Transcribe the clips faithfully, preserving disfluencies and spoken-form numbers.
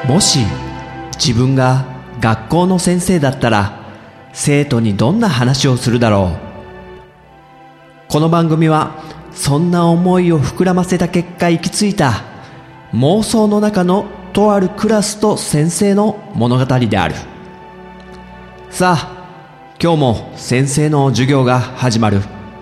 もし自分が学校の先生だったら生徒にどんな話をするだろう。この番組はそんな思いを膨らませた結果行き着いた妄想の中のとあるクラスと先生の物語である。さあ、今日も先生の授業が始まる。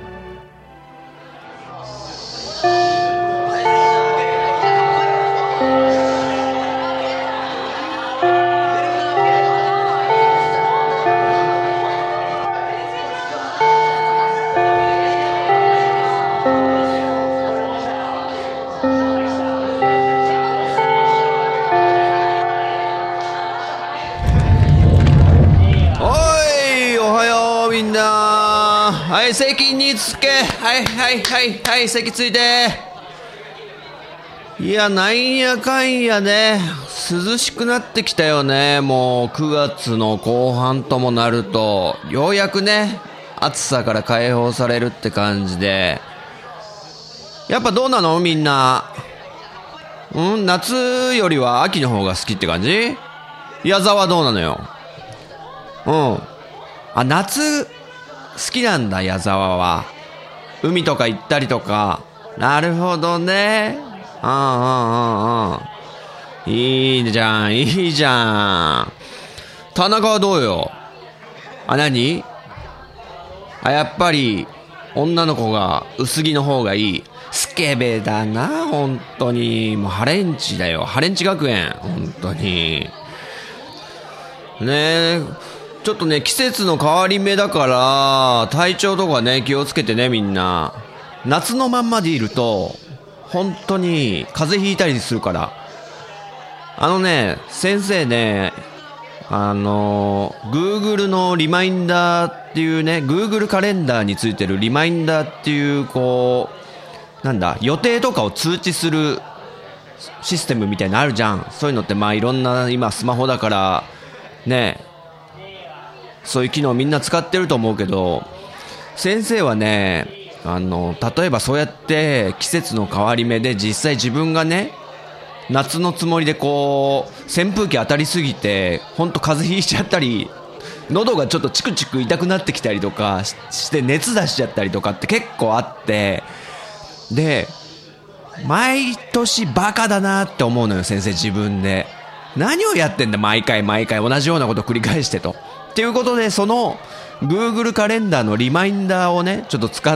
はい、席につけ。はいはいはいはい、席ついて。いや、なんやかんやね、涼しくなってきたよね。もうくがつの後半ともなるとようやくね、暑さから解放されるって感じで。やっぱどうなのみんな。うん夏よりは秋の方が好きって感じ？矢沢どうなのよ。うんあ、夏好きなんだ、矢沢は。海とか行ったりとか。なるほどね。うんうんうんうん。いいじゃん、いいじゃん。田中はどうよ。あ、何？あ、やっぱり女の子が薄着の方がいい。スケベだな、本当に。もうハレンチだよ、ハレンチ学園、本当に。ねえ。ちょっとね、季節の変わり目だから体調とかね気をつけてね、みんな。夏のまんまでいると本当に風邪ひいたりするから。あのね、先生ね、あの Google のリマインダーっていうね、 Google カレンダーについてるリマインダーっていう、こうなんだ、予定とかを通知するシステムみたいなのあるじゃん。そういうのってまあいろんな、今スマホだからね、そういう機能みんな使ってると思うけど、先生はね、あの例えばそうやって季節の変わり目で実際自分がね、夏のつもりでこう扇風機当たりすぎてほんと風邪ひいちゃったり、喉がちょっとチクチク痛くなってきたりとかして熱出しちゃったりとかって結構あって、で毎年バカだなって思うのよ、先生自分で。何をやってんだ、毎回毎回同じようなこと繰り返してと。っていうことで、その Google カレンダーのリマインダーをねちょっと使って、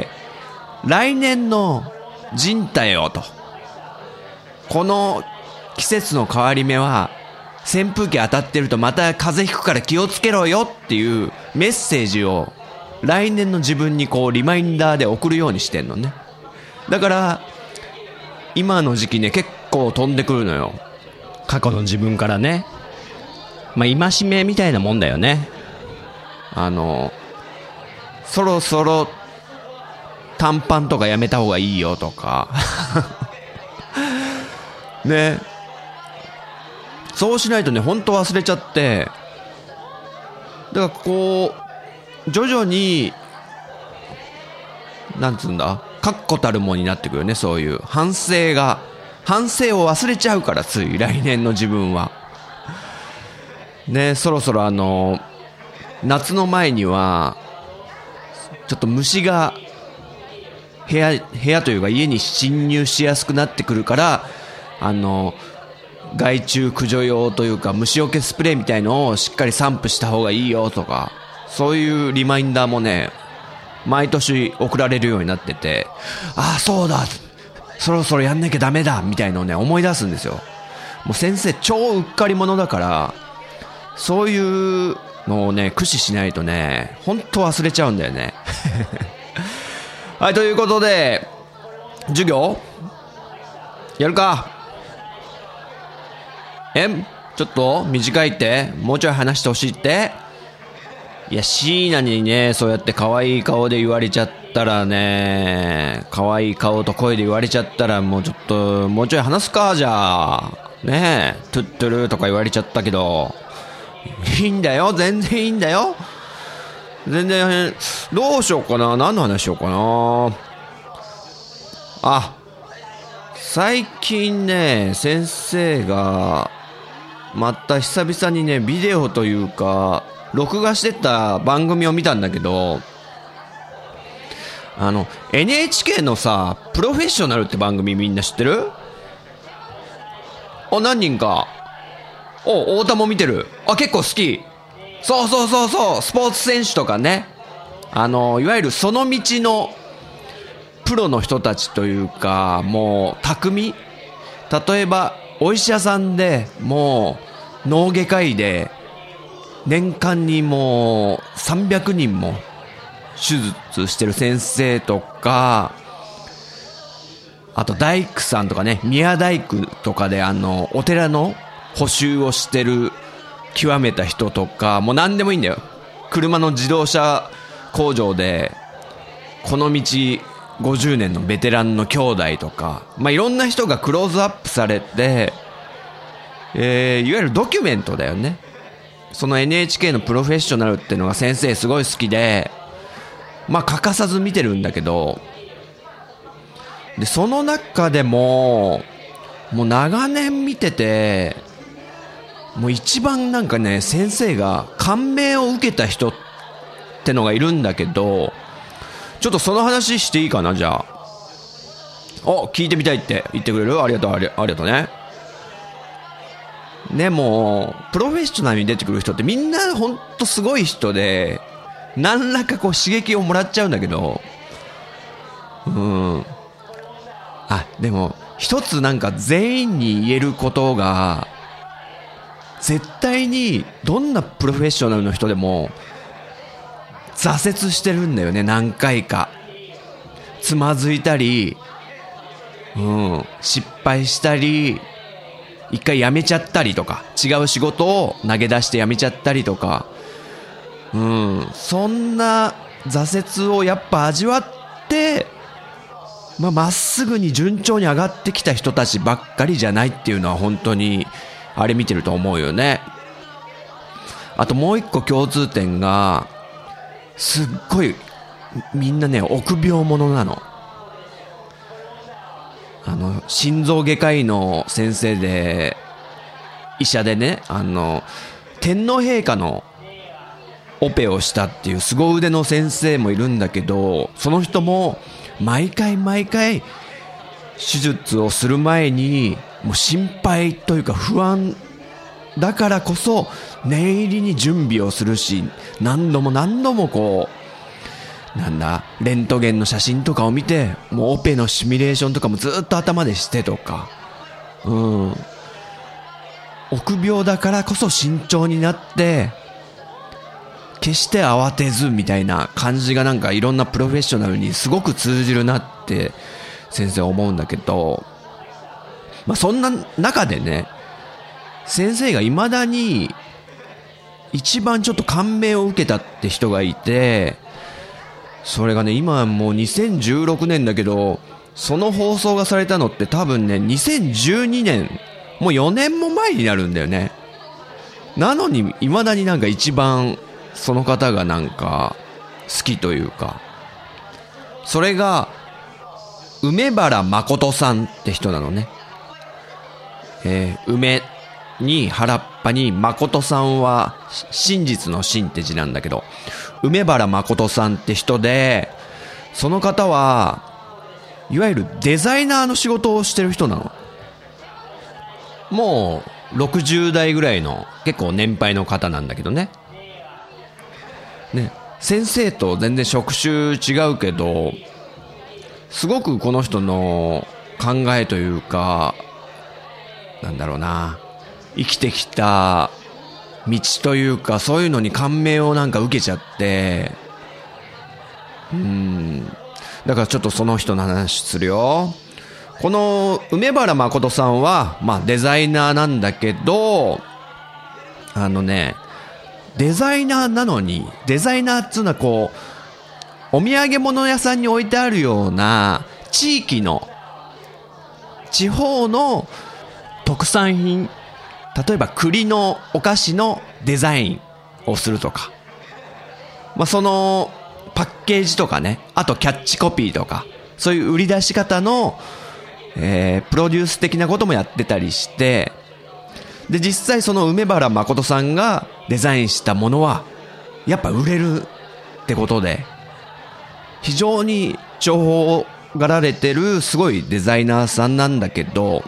来年の人体をと、この季節の変わり目は扇風機当たってるとまた風邪ひくから気をつけろよっていうメッセージを来年の自分にこうリマインダーで送るようにしてんのね。だから今の時期ね結構飛んでくるのよ、過去の自分からね。まあ戒めみたいなもんだよね。あのそろそろ短パンとかやめた方がいいよとかね、そうしないとね本当忘れちゃって。だからこう徐々になんつうんだ、確固たるものになってくるよね。そういう反省が反省を忘れちゃうから、つい来年の自分はね。そろそろあの夏の前にはちょっと虫が部屋部屋というか家に侵入しやすくなってくるから、あの害虫駆除用というか虫除けスプレーみたいのをしっかり散布した方がいいよとか、そういうリマインダーもね毎年送られるようになってて、ああそうだ、そろそろやんなきゃダメだみたいのをね思い出すんですよ。もう先生超うっかり者だから、そういうのをね駆使しないとね本当忘れちゃうんだよねはい、ということで授業やるか。えちょっと短いって、もうちょい話してほしいって。いや、椎名にねそうやって可愛い顔で言われちゃったらね、可愛い顔と声で言われちゃったら、もうちょっともうちょい話すか。じゃあねえ、トゥットゥルとか言われちゃったけど、いいんだよ、全然いいんだよ、全然。どうしようかな、何の話しようかな。あ、最近ね先生がまた久々にね、ビデオというか録画してた番組を見たんだけど、あの エヌエイチケー のさ、プロフェッショナルって番組みんな知ってる？あ、何人か。お、太田も見てる。あ、結構好き。そうそうそうそう、スポーツ選手とかね、あのいわゆるその道のプロの人たちというか、もう匠、例えばお医者さんでもう脳外科医で年間にもうさんびゃくにんも手術してる先生とか、あと大工さんとかね、宮大工とかであのお寺の補修をしてる極めた人とか、もう何でもいいんだよ。車の自動車工場でこの道ごじゅうねんのベテランの兄弟とか、まあいろんな人がクローズアップされて、えー、いわゆるドキュメントだよね。その エヌエイチケー のプロフェッショナルっていうのが先生すごい好きで、まあ欠かさず見てるんだけど、でその中でももう長年見てて、もう一番なんかね、先生が感銘を受けた人ってのがいるんだけど、ちょっとその話していいかな。じゃあ、お、聞いてみたいって言ってくれる？ありがとう、あり、ありがとうね。でもプロフェッショナルに出てくる人ってみんなほんとすごい人で、何らかこう刺激をもらっちゃうんだけど、うん、あ、でも一つなんか全員に言えることが、絶対にどんなプロフェッショナルの人でも挫折してるんだよね。何回かつまずいたり、うん、失敗したり、一回辞めちゃったりとか、違う仕事を投げ出して辞めちゃったりとか、うん、そんな挫折をやっぱ味わって、まあ、まっすぐに順調に上がってきた人たちばっかりじゃないっていうのは本当にあれ見てると思うよね。あともう一個共通点が、すっごいみんなね、臆病者なの。あの心臓外科医の先生で、医者でね、あの天皇陛下のオペをしたっていう凄腕の先生もいるんだけど、その人も毎回毎回手術をする前にもう心配というか不安だからこそ念入りに準備をするし、何度も何度もこうなんだレントゲンの写真とかを見て、もうオペのシミュレーションとかもずっと頭でしてとか、うん、臆病だからこそ慎重になって決して慌てずみたいな感じが、なんかいろんなプロフェッショナルにすごく通じるなって先生思うんだけど、まあそんな中でね、先生が未だに一番ちょっと感銘を受けたって人がいて、それがね、今もうにせんじゅうろくねんだけど、その放送がされたのって多分ねにせんじゅうにねん、もうよねんも前になるんだよね。なのに未だになんか一番その方がなんか好きというか、それが梅原誠さんって人なのね。えー、梅に原っぱに誠さんは真実の真って字なんだけど、梅原誠さんって人で、その方はいわゆるデザイナーの仕事をしてる人なの。もうろくじゅうだいぐらいの結構年配の方なんだけどね。ね、先生と全然職種違うけど、すごくこの人の考えというか、なんだろうな、生きてきた道というか、そういうのに感銘をなんか受けちゃって、うーん、だからちょっとその人の話するよ。この梅原誠さんは、まあデザイナーなんだけど、あのね、デザイナーなのに、デザイナーっつうのはこう、お土産物屋さんに置いてあるような地域の、地方の特産品、例えば栗のお菓子のデザインをするとか、まあ、そのパッケージとかね、あとキャッチコピーとか、そういう売り出し方の、えー、プロデュース的なこともやってたりして、 で実際その梅原誠さんがデザインしたものはやっぱ売れるってことで、非常に重宝がられてるすごいデザイナーさんなんだけど、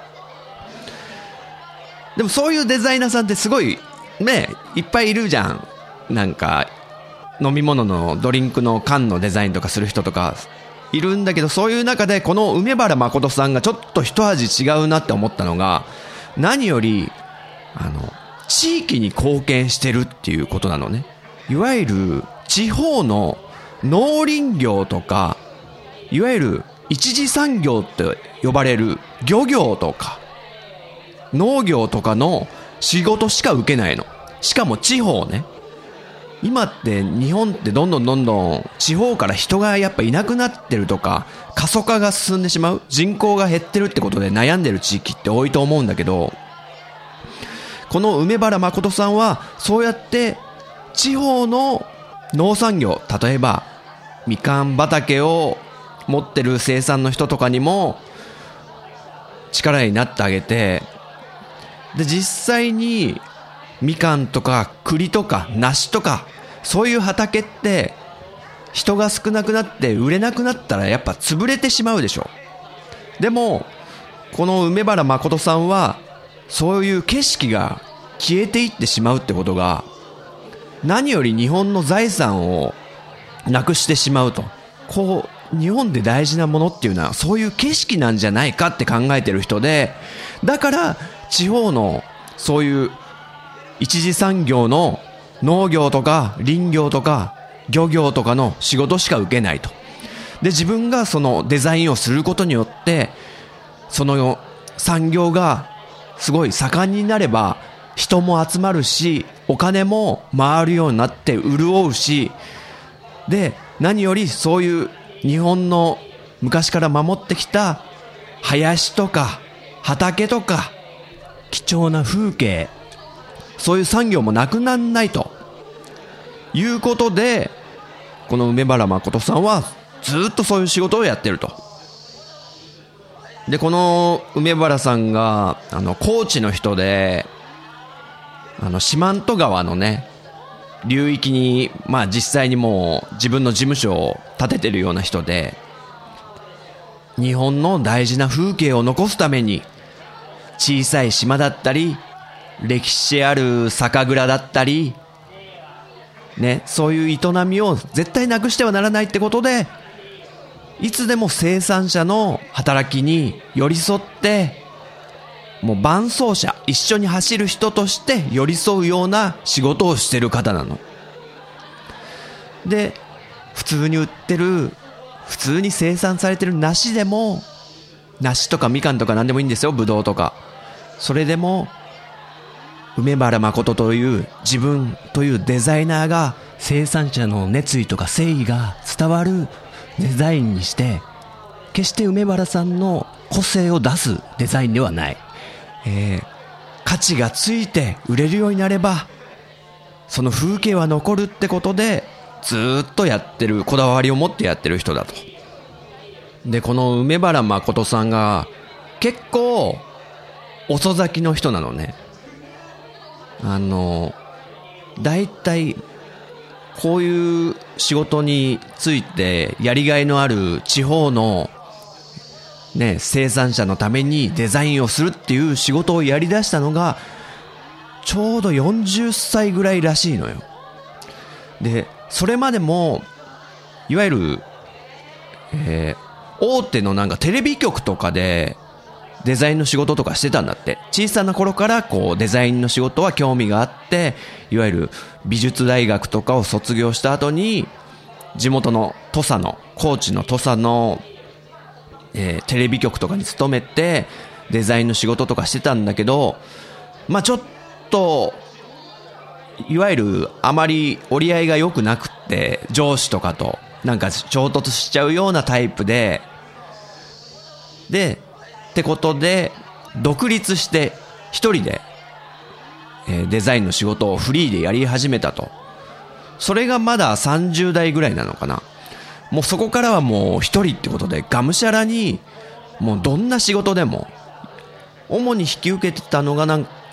でもそういうデザイナーさんってすごいねいっぱいいるじゃん。なんか飲み物のドリンクの缶のデザインとかする人とかいるんだけど、そういう中でこの梅原誠さんがちょっと一味違うなって思ったのが、何よりあの地域に貢献してるっていうことなのね。いわゆる地方の農林業とか、いわゆる一次産業って呼ばれる漁業とか農業とかの仕事しか受けないの。しかも地方ね。今って日本ってどんどんどんどん地方から人がやっぱいなくなってるとか、過疎化が進んでしまう、人口が減ってるってことで悩んでる地域って多いと思うんだけど、この梅原誠さんはそうやって地方の農産業、例えばみかん畑を持ってる生産の人とかにも力になってあげて、で実際にみかんとか栗とか梨とかそういう畑って人が少なくなって売れなくなったらやっぱ潰れてしまうでしょ。でもこの梅原誠さんはそういう景色が消えていってしまうってことが何より日本の財産をなくしてしまうと。こう日本で大事なものっていうのはそういう景色なんじゃないかって考えてる人で、だから地方のそういう一次産業の農業とか林業とか漁業とかの仕事しか受けないと。で自分がそのデザインをすることによってその産業がすごい盛んになれば人も集まるしお金も回るようになって潤うし、で何よりそういう日本の昔から守ってきた林とか畑とか貴重な風景、そういう産業もなくならないということで、この梅原誠さんはずっとそういう仕事をやってると。でこの梅原さんがあの高知の人で、あの四万十川のね流域に、まあ実際にもう自分の事務所を建ててるような人で、日本の大事な風景を残すために小さい島だったり歴史ある酒蔵だったりね、そういう営みを絶対なくしてはならないってことで、いつでも生産者の働きに寄り添って、もう伴走者、一緒に走る人として寄り添うような仕事をしてる方なので、普通に売ってる普通に生産されてる梨でも、梨とかみかんとか何でもいいんですよ、ぶどうとか。それでも梅原誠という自分というデザイナーが生産者の熱意とか誠意が伝わるデザインにして、決して梅原さんの個性を出すデザインではない、えー、価値がついて売れるようになればその風景は残るってことでずーっとやってる、こだわりを持ってやってる人だと。でこの梅原誠さんが結構遅咲きの人なのね。あのだいたいこういう仕事についてやりがいのある地方のね生産者のためにデザインをするっていう仕事をやり出したのがちょうどよんじゅっさいぐらいらしいのよ。でそれまでもいわゆる、えー、大手のなんかテレビ局とかでデザインの仕事とかしてたんだって。小さな頃からこうデザインの仕事は興味があって、いわゆる美術大学とかを卒業した後に地元の土佐の高知の土佐の、えー、テレビ局とかに勤めてデザインの仕事とかしてたんだけど、まあちょっといわゆるあまり折り合いが良くなくって、上司とかとなんか衝突しちゃうようなタイプで、でってことで独立して一人で、えー、デザインの仕事をフリーでやり始めたと。それがまださんじゅう代ぐらいなのかな。もうそこからはもう一人ってことでがむしゃらにもうどんな仕事でも、主に引き受けてたのがなん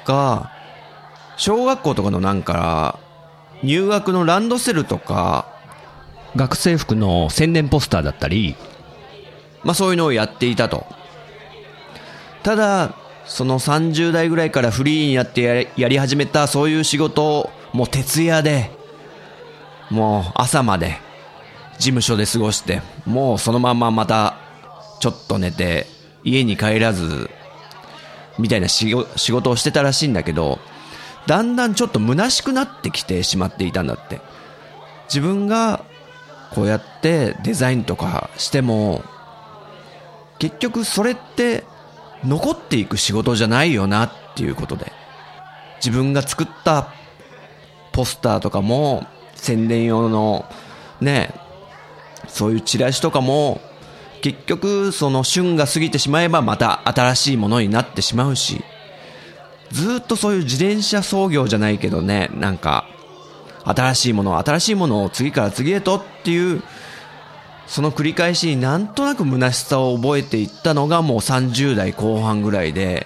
か小学校とかのなんか入学のランドセルとか学生服の宣伝ポスターだったり、 まあそういうのをやっていたと。ただそのさんじゅう代ぐらいからフリーになってやり、やり始めたそういう仕事をもう徹夜でもう朝まで事務所で過ごして、もうそのまままたちょっと寝て家に帰らずみたいな仕事をしてたらしいんだけど、だんだんちょっと虚しくなってきてしまっていたんだって。自分がこうやってデザインとかしても結局それって残っていく仕事じゃないよなっていうことで、自分が作ったポスターとかも宣伝用のね、そういうチラシとかも結局その旬が過ぎてしまえばまた新しいものになってしまうし、ずっとそういう自転車操業じゃないけどね、なんか新しいもの新しいものを次から次へとっていうその繰り返しになんとなく虚しさを覚えていったのがもうさんじゅう代後半ぐらいで、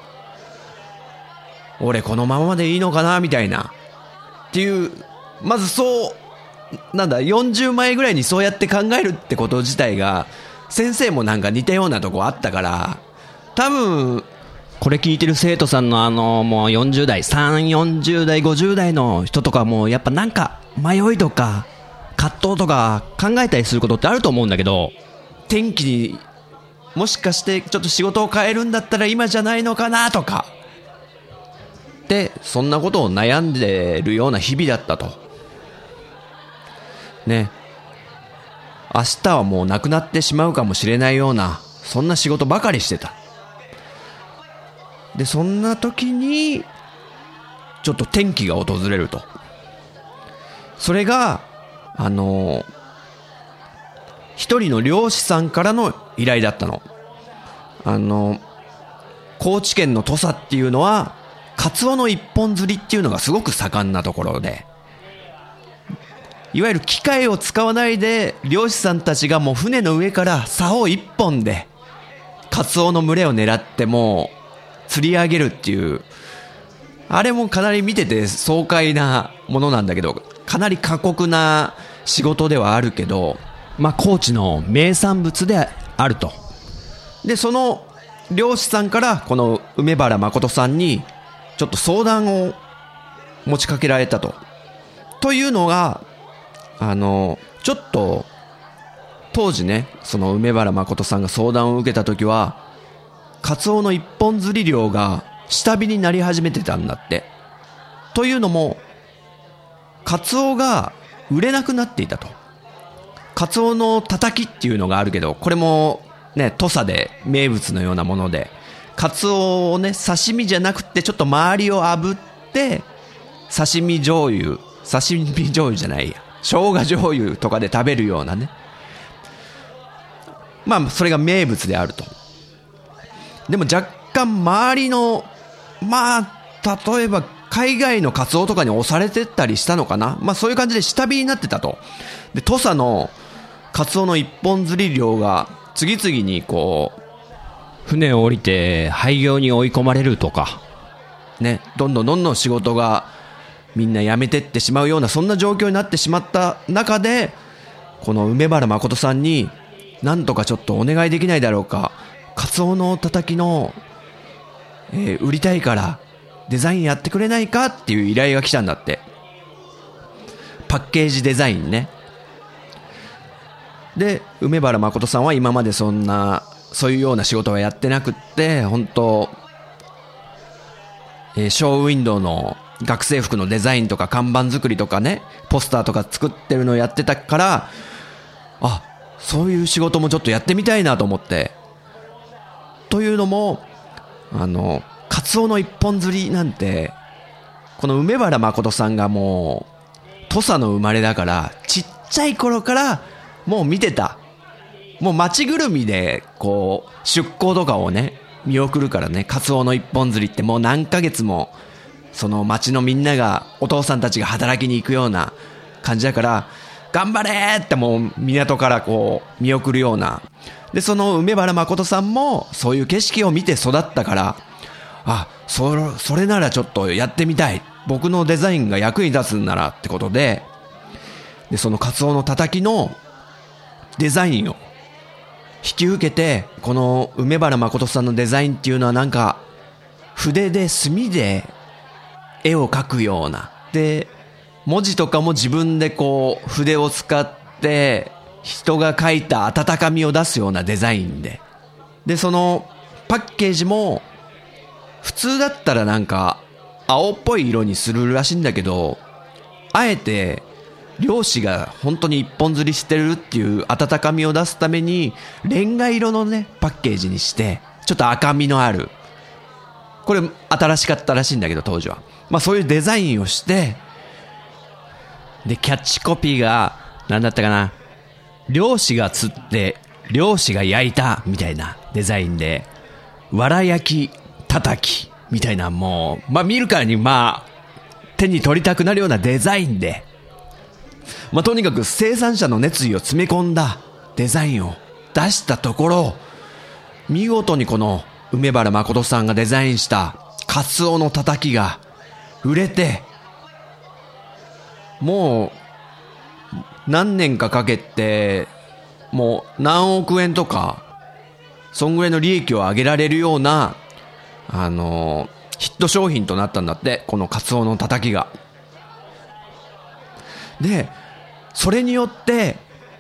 俺このままでいいのかなみたいなっていう、まずそうなんだよんじゅうまえぐらいにそうやって考えるってこと自体が先生もなんか似たようなとこあったから、多分これ聞いてる生徒さんのあのもうよんじゅう代さん、よんじゅう代、ごじゅう代の人とかもやっぱなんか迷いとか葛藤とか考えたりすることってあると思うんだけど、 天気にもしかしてちょっと仕事を変えるんだったら今じゃないのかなとかで、そんなことを悩んでるような日々だったとね。明日はもうなくなってしまうかもしれないようなそんな仕事ばかりしてた。でそんな時にちょっと転機が訪れると。それがあの一人の漁師さんからの依頼だったの。あの高知県の土佐っていうのはカツオの一本釣りっていうのがすごく盛んなところで、いわゆる機械を使わないで漁師さんたちがもう船の上から竿一本でカツオの群れを狙ってもう釣り上げるっていう、あれもかなり見てて爽快なものなんだけど、かなり過酷な仕事ではあるけど、 まあ高知の名産物であると。 でその漁師さんからこの梅原誠さんにちょっと相談を持ちかけられたと。というのがあのちょっと当時ね、その梅原誠さんが相談を受けた時はカツオの一本釣り漁が下火になり始めてたんだって。というのもカツオが売れなくなっていたと。カツオのたたきっていうのがあるけど、これもね土佐で名物のようなもので、カツオをね刺身じゃなくてちょっと周りを炙って刺身醤油刺身醤油じゃないや生姜醤油とかで食べるようなね、まあそれが名物であると。でも若干周りのまあ例えば海外のカツオとかに押されてったりしたのかな、まあそういう感じで下火になってたと。で土佐のカツオの一本釣り漁が次々にこう船を降りて廃業に追い込まれるとかね、どんどんどんどん仕事がみんな辞めてってしまうようなそんな状況になってしまった中で、この梅原誠さんになんとかちょっとお願いできないだろうか、カツオのたたきの、えー、売りたいからデザインやってくれないかっていう依頼が来たんだって。パッケージデザインね。で梅原誠さんは今までそんなそういうような仕事はやってなくって、本当、えー、ショーウィンドウの学生服のデザインとか看板作りとかね、ポスターとか作ってるのをやってたから、あ、そういう仕事もちょっとやってみたいなと思って。というのもあのカツオの一本釣りなんてこの梅原誠さんがもう土佐の生まれだからちっちゃい頃からもう見てた。もう街ぐるみでこう出港とかをね見送るからね、カツオの一本釣りってもう何ヶ月もその街のみんながお父さんたちが働きに行くような感じだから、頑張れーってもう港からこう見送るような。でその梅原誠さんもそういう景色を見て育ったから、あ、 それ、それならちょっとやってみたい。僕のデザインが役に立つんならってことで、で、そのカツオのたたきのデザインを引き受けて、この梅原誠さんのデザインっていうのはなんか、筆で墨で絵を描くような。で、文字とかも自分でこう、筆を使って、人が描いた温かみを出すようなデザインで。で、そのパッケージも、普通だったらなんか、青っぽい色にするらしいんだけど、あえて、漁師が本当に一本釣りしてるっていう温かみを出すために、レンガ色のね、パッケージにして、ちょっと赤みのある。これ、新しかったらしいんだけど、当時は。まあそういうデザインをして、で、キャッチコピーが、なんだったかな。漁師が釣って、漁師が焼いた、みたいなデザインで、わら焼き、たたき、みたいなもう、まあ見るからにまあ、手に取りたくなるようなデザインで、まあとにかく生産者の熱意を詰め込んだデザインを出したところ、見事にこの梅原誠さんがデザインしたカツオのたたきが売れて、もう何年かかけて、もう何億円とか、そんぐらいの利益を上げられるような、あの、ヒット商品となったんだって、このカツオのたたきが。で、それによって、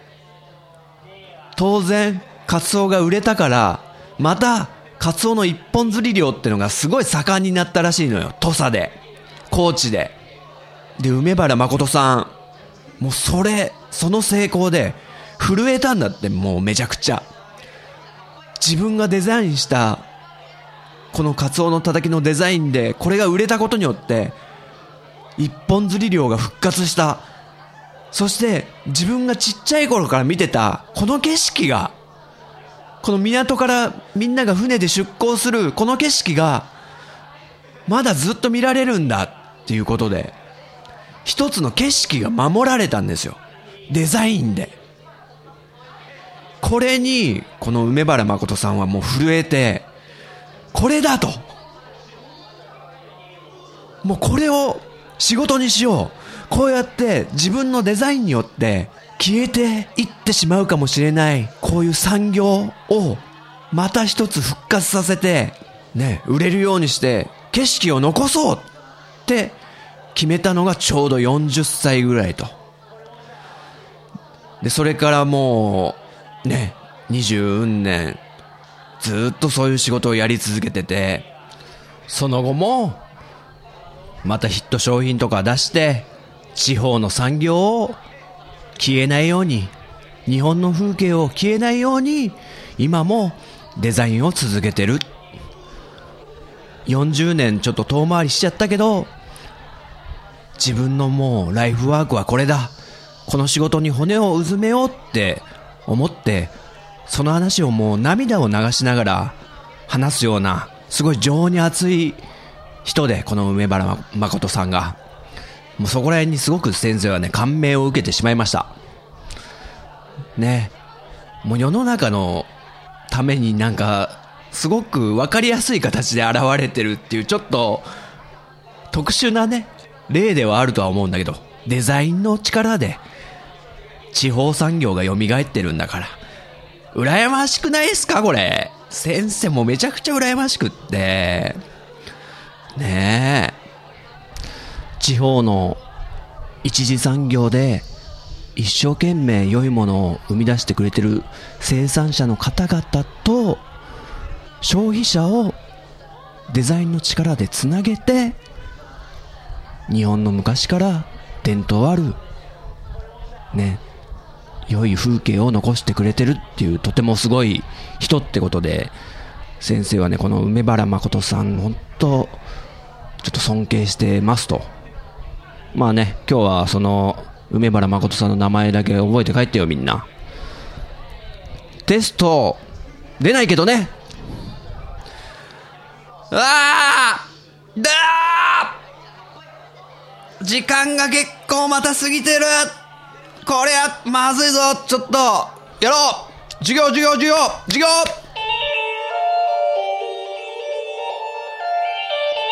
当然、カツオが売れたから、また、カツオの一本釣り漁ってのがすごい盛んになったらしいのよ。土佐で、高知で。で、梅原誠さん、もうそれ、その成功で、震えたんだって、もうめちゃくちゃ。自分がデザインした、このカツオのたたきのデザインで、これが売れたことによって、一本釣り漁が復活した。そして、自分がちっちゃい頃から見てた、この景色が、この港からみんなが船で出港する、この景色が、まだずっと見られるんだっていうことで、一つの景色が守られたんですよ。デザインで。これに、この梅原誠さんはもう震えて、これだと。もうこれを仕事にしよう。こうやって自分のデザインによって消えていってしまうかもしれないこういう産業をまた一つ復活させてね、売れるようにして景色を残そうって決めたのがちょうどよんじゅっさいぐらいと。で、それからもうね、にじゅうねんずっとそういう仕事をやり続けてて、その後もまたヒット商品とか出して地方の産業を消えないように、日本の風景を消えないように今もデザインを続けてる。よんじゅうねんちょっと遠回りしちゃったけど、自分のもうライフワークはこれだ、この仕事に骨をうずめようって思って、その話をもう涙を流しながら話すようなすごい情に熱い人で、この梅原誠さんがもうそこら辺にすごく先生はね感銘を受けてしまいましたね。もう世の中のためになんかすごく分かりやすい形で現れてるっていう、ちょっと特殊なね例ではあるとは思うんだけど、デザインの力で地方産業が蘇ってるんだから羨ましくないですかこれ。先生もめちゃくちゃ羨ましくってねえ、地方の一次産業で一生懸命良いものを生み出してくれてる生産者の方々と消費者をデザインの力でつなげて、日本の昔から伝統あるね良い風景を残してくれてるっていう、とてもすごい人ってことで、先生はねこの梅原誠さん本当ちょっと尊敬してますと。まあね、今日はその梅原誠さんの名前だけ覚えて帰ってよみんな。テスト出ないけどね。あーだー時間が結構また過ぎてる。これはまずいぞ。ちょっとやろう。授業授業授業授業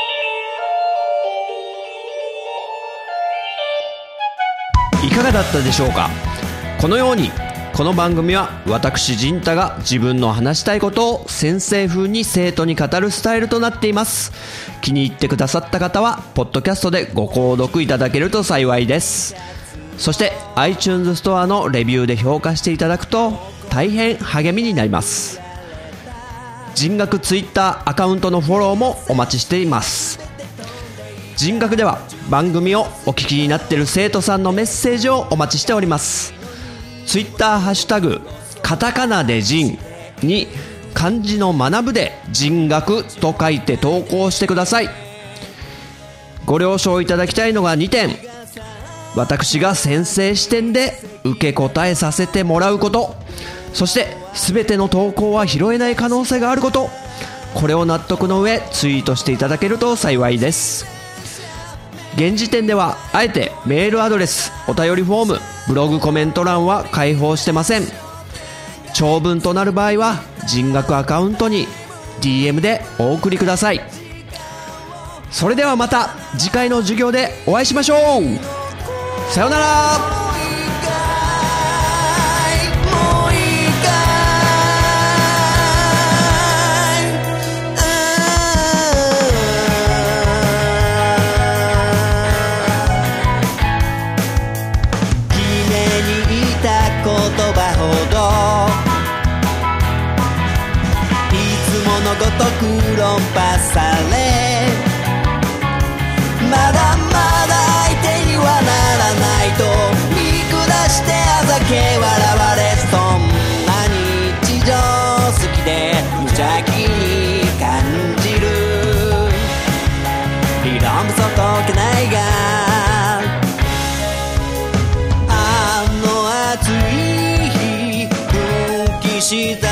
かがだったでしょうか。このようにこの番組は私陣太が自分の話したいことを先生風に生徒に語るスタイルとなっています。気に入ってくださった方はポッドキャストでご購読いただけると幸いです。そして iTunes ストアのレビューで評価していただくと大変励みになります。人学ツイッターアカウントのフォローもお待ちしています。人学では番組をお聞きになっている生徒さんのメッセージをお待ちしております。ツイッターハッシュタグカタカナで人に漢字の学ぶで人学と書いて投稿してください。ご了承いただきたいのがにてん。私が先生視点で受け答えさせてもらうこと、そして全ての投稿は拾えない可能性があること、これを納得の上ツイートしていただけると幸いです。現時点ではあえてメールアドレス、お便りフォーム、ブログコメント欄は開放してません。長文となる場合は人学アカウントに ディーエム でお送りください。それではまた次回の授業でお会いしましょう。さようなら。 ごとく論破され、まだまだ相手にはならないと見下してあざけ笑われ、そんな日常好きで無邪気に感じる。理論不足解けないがあの暑い日、奮起した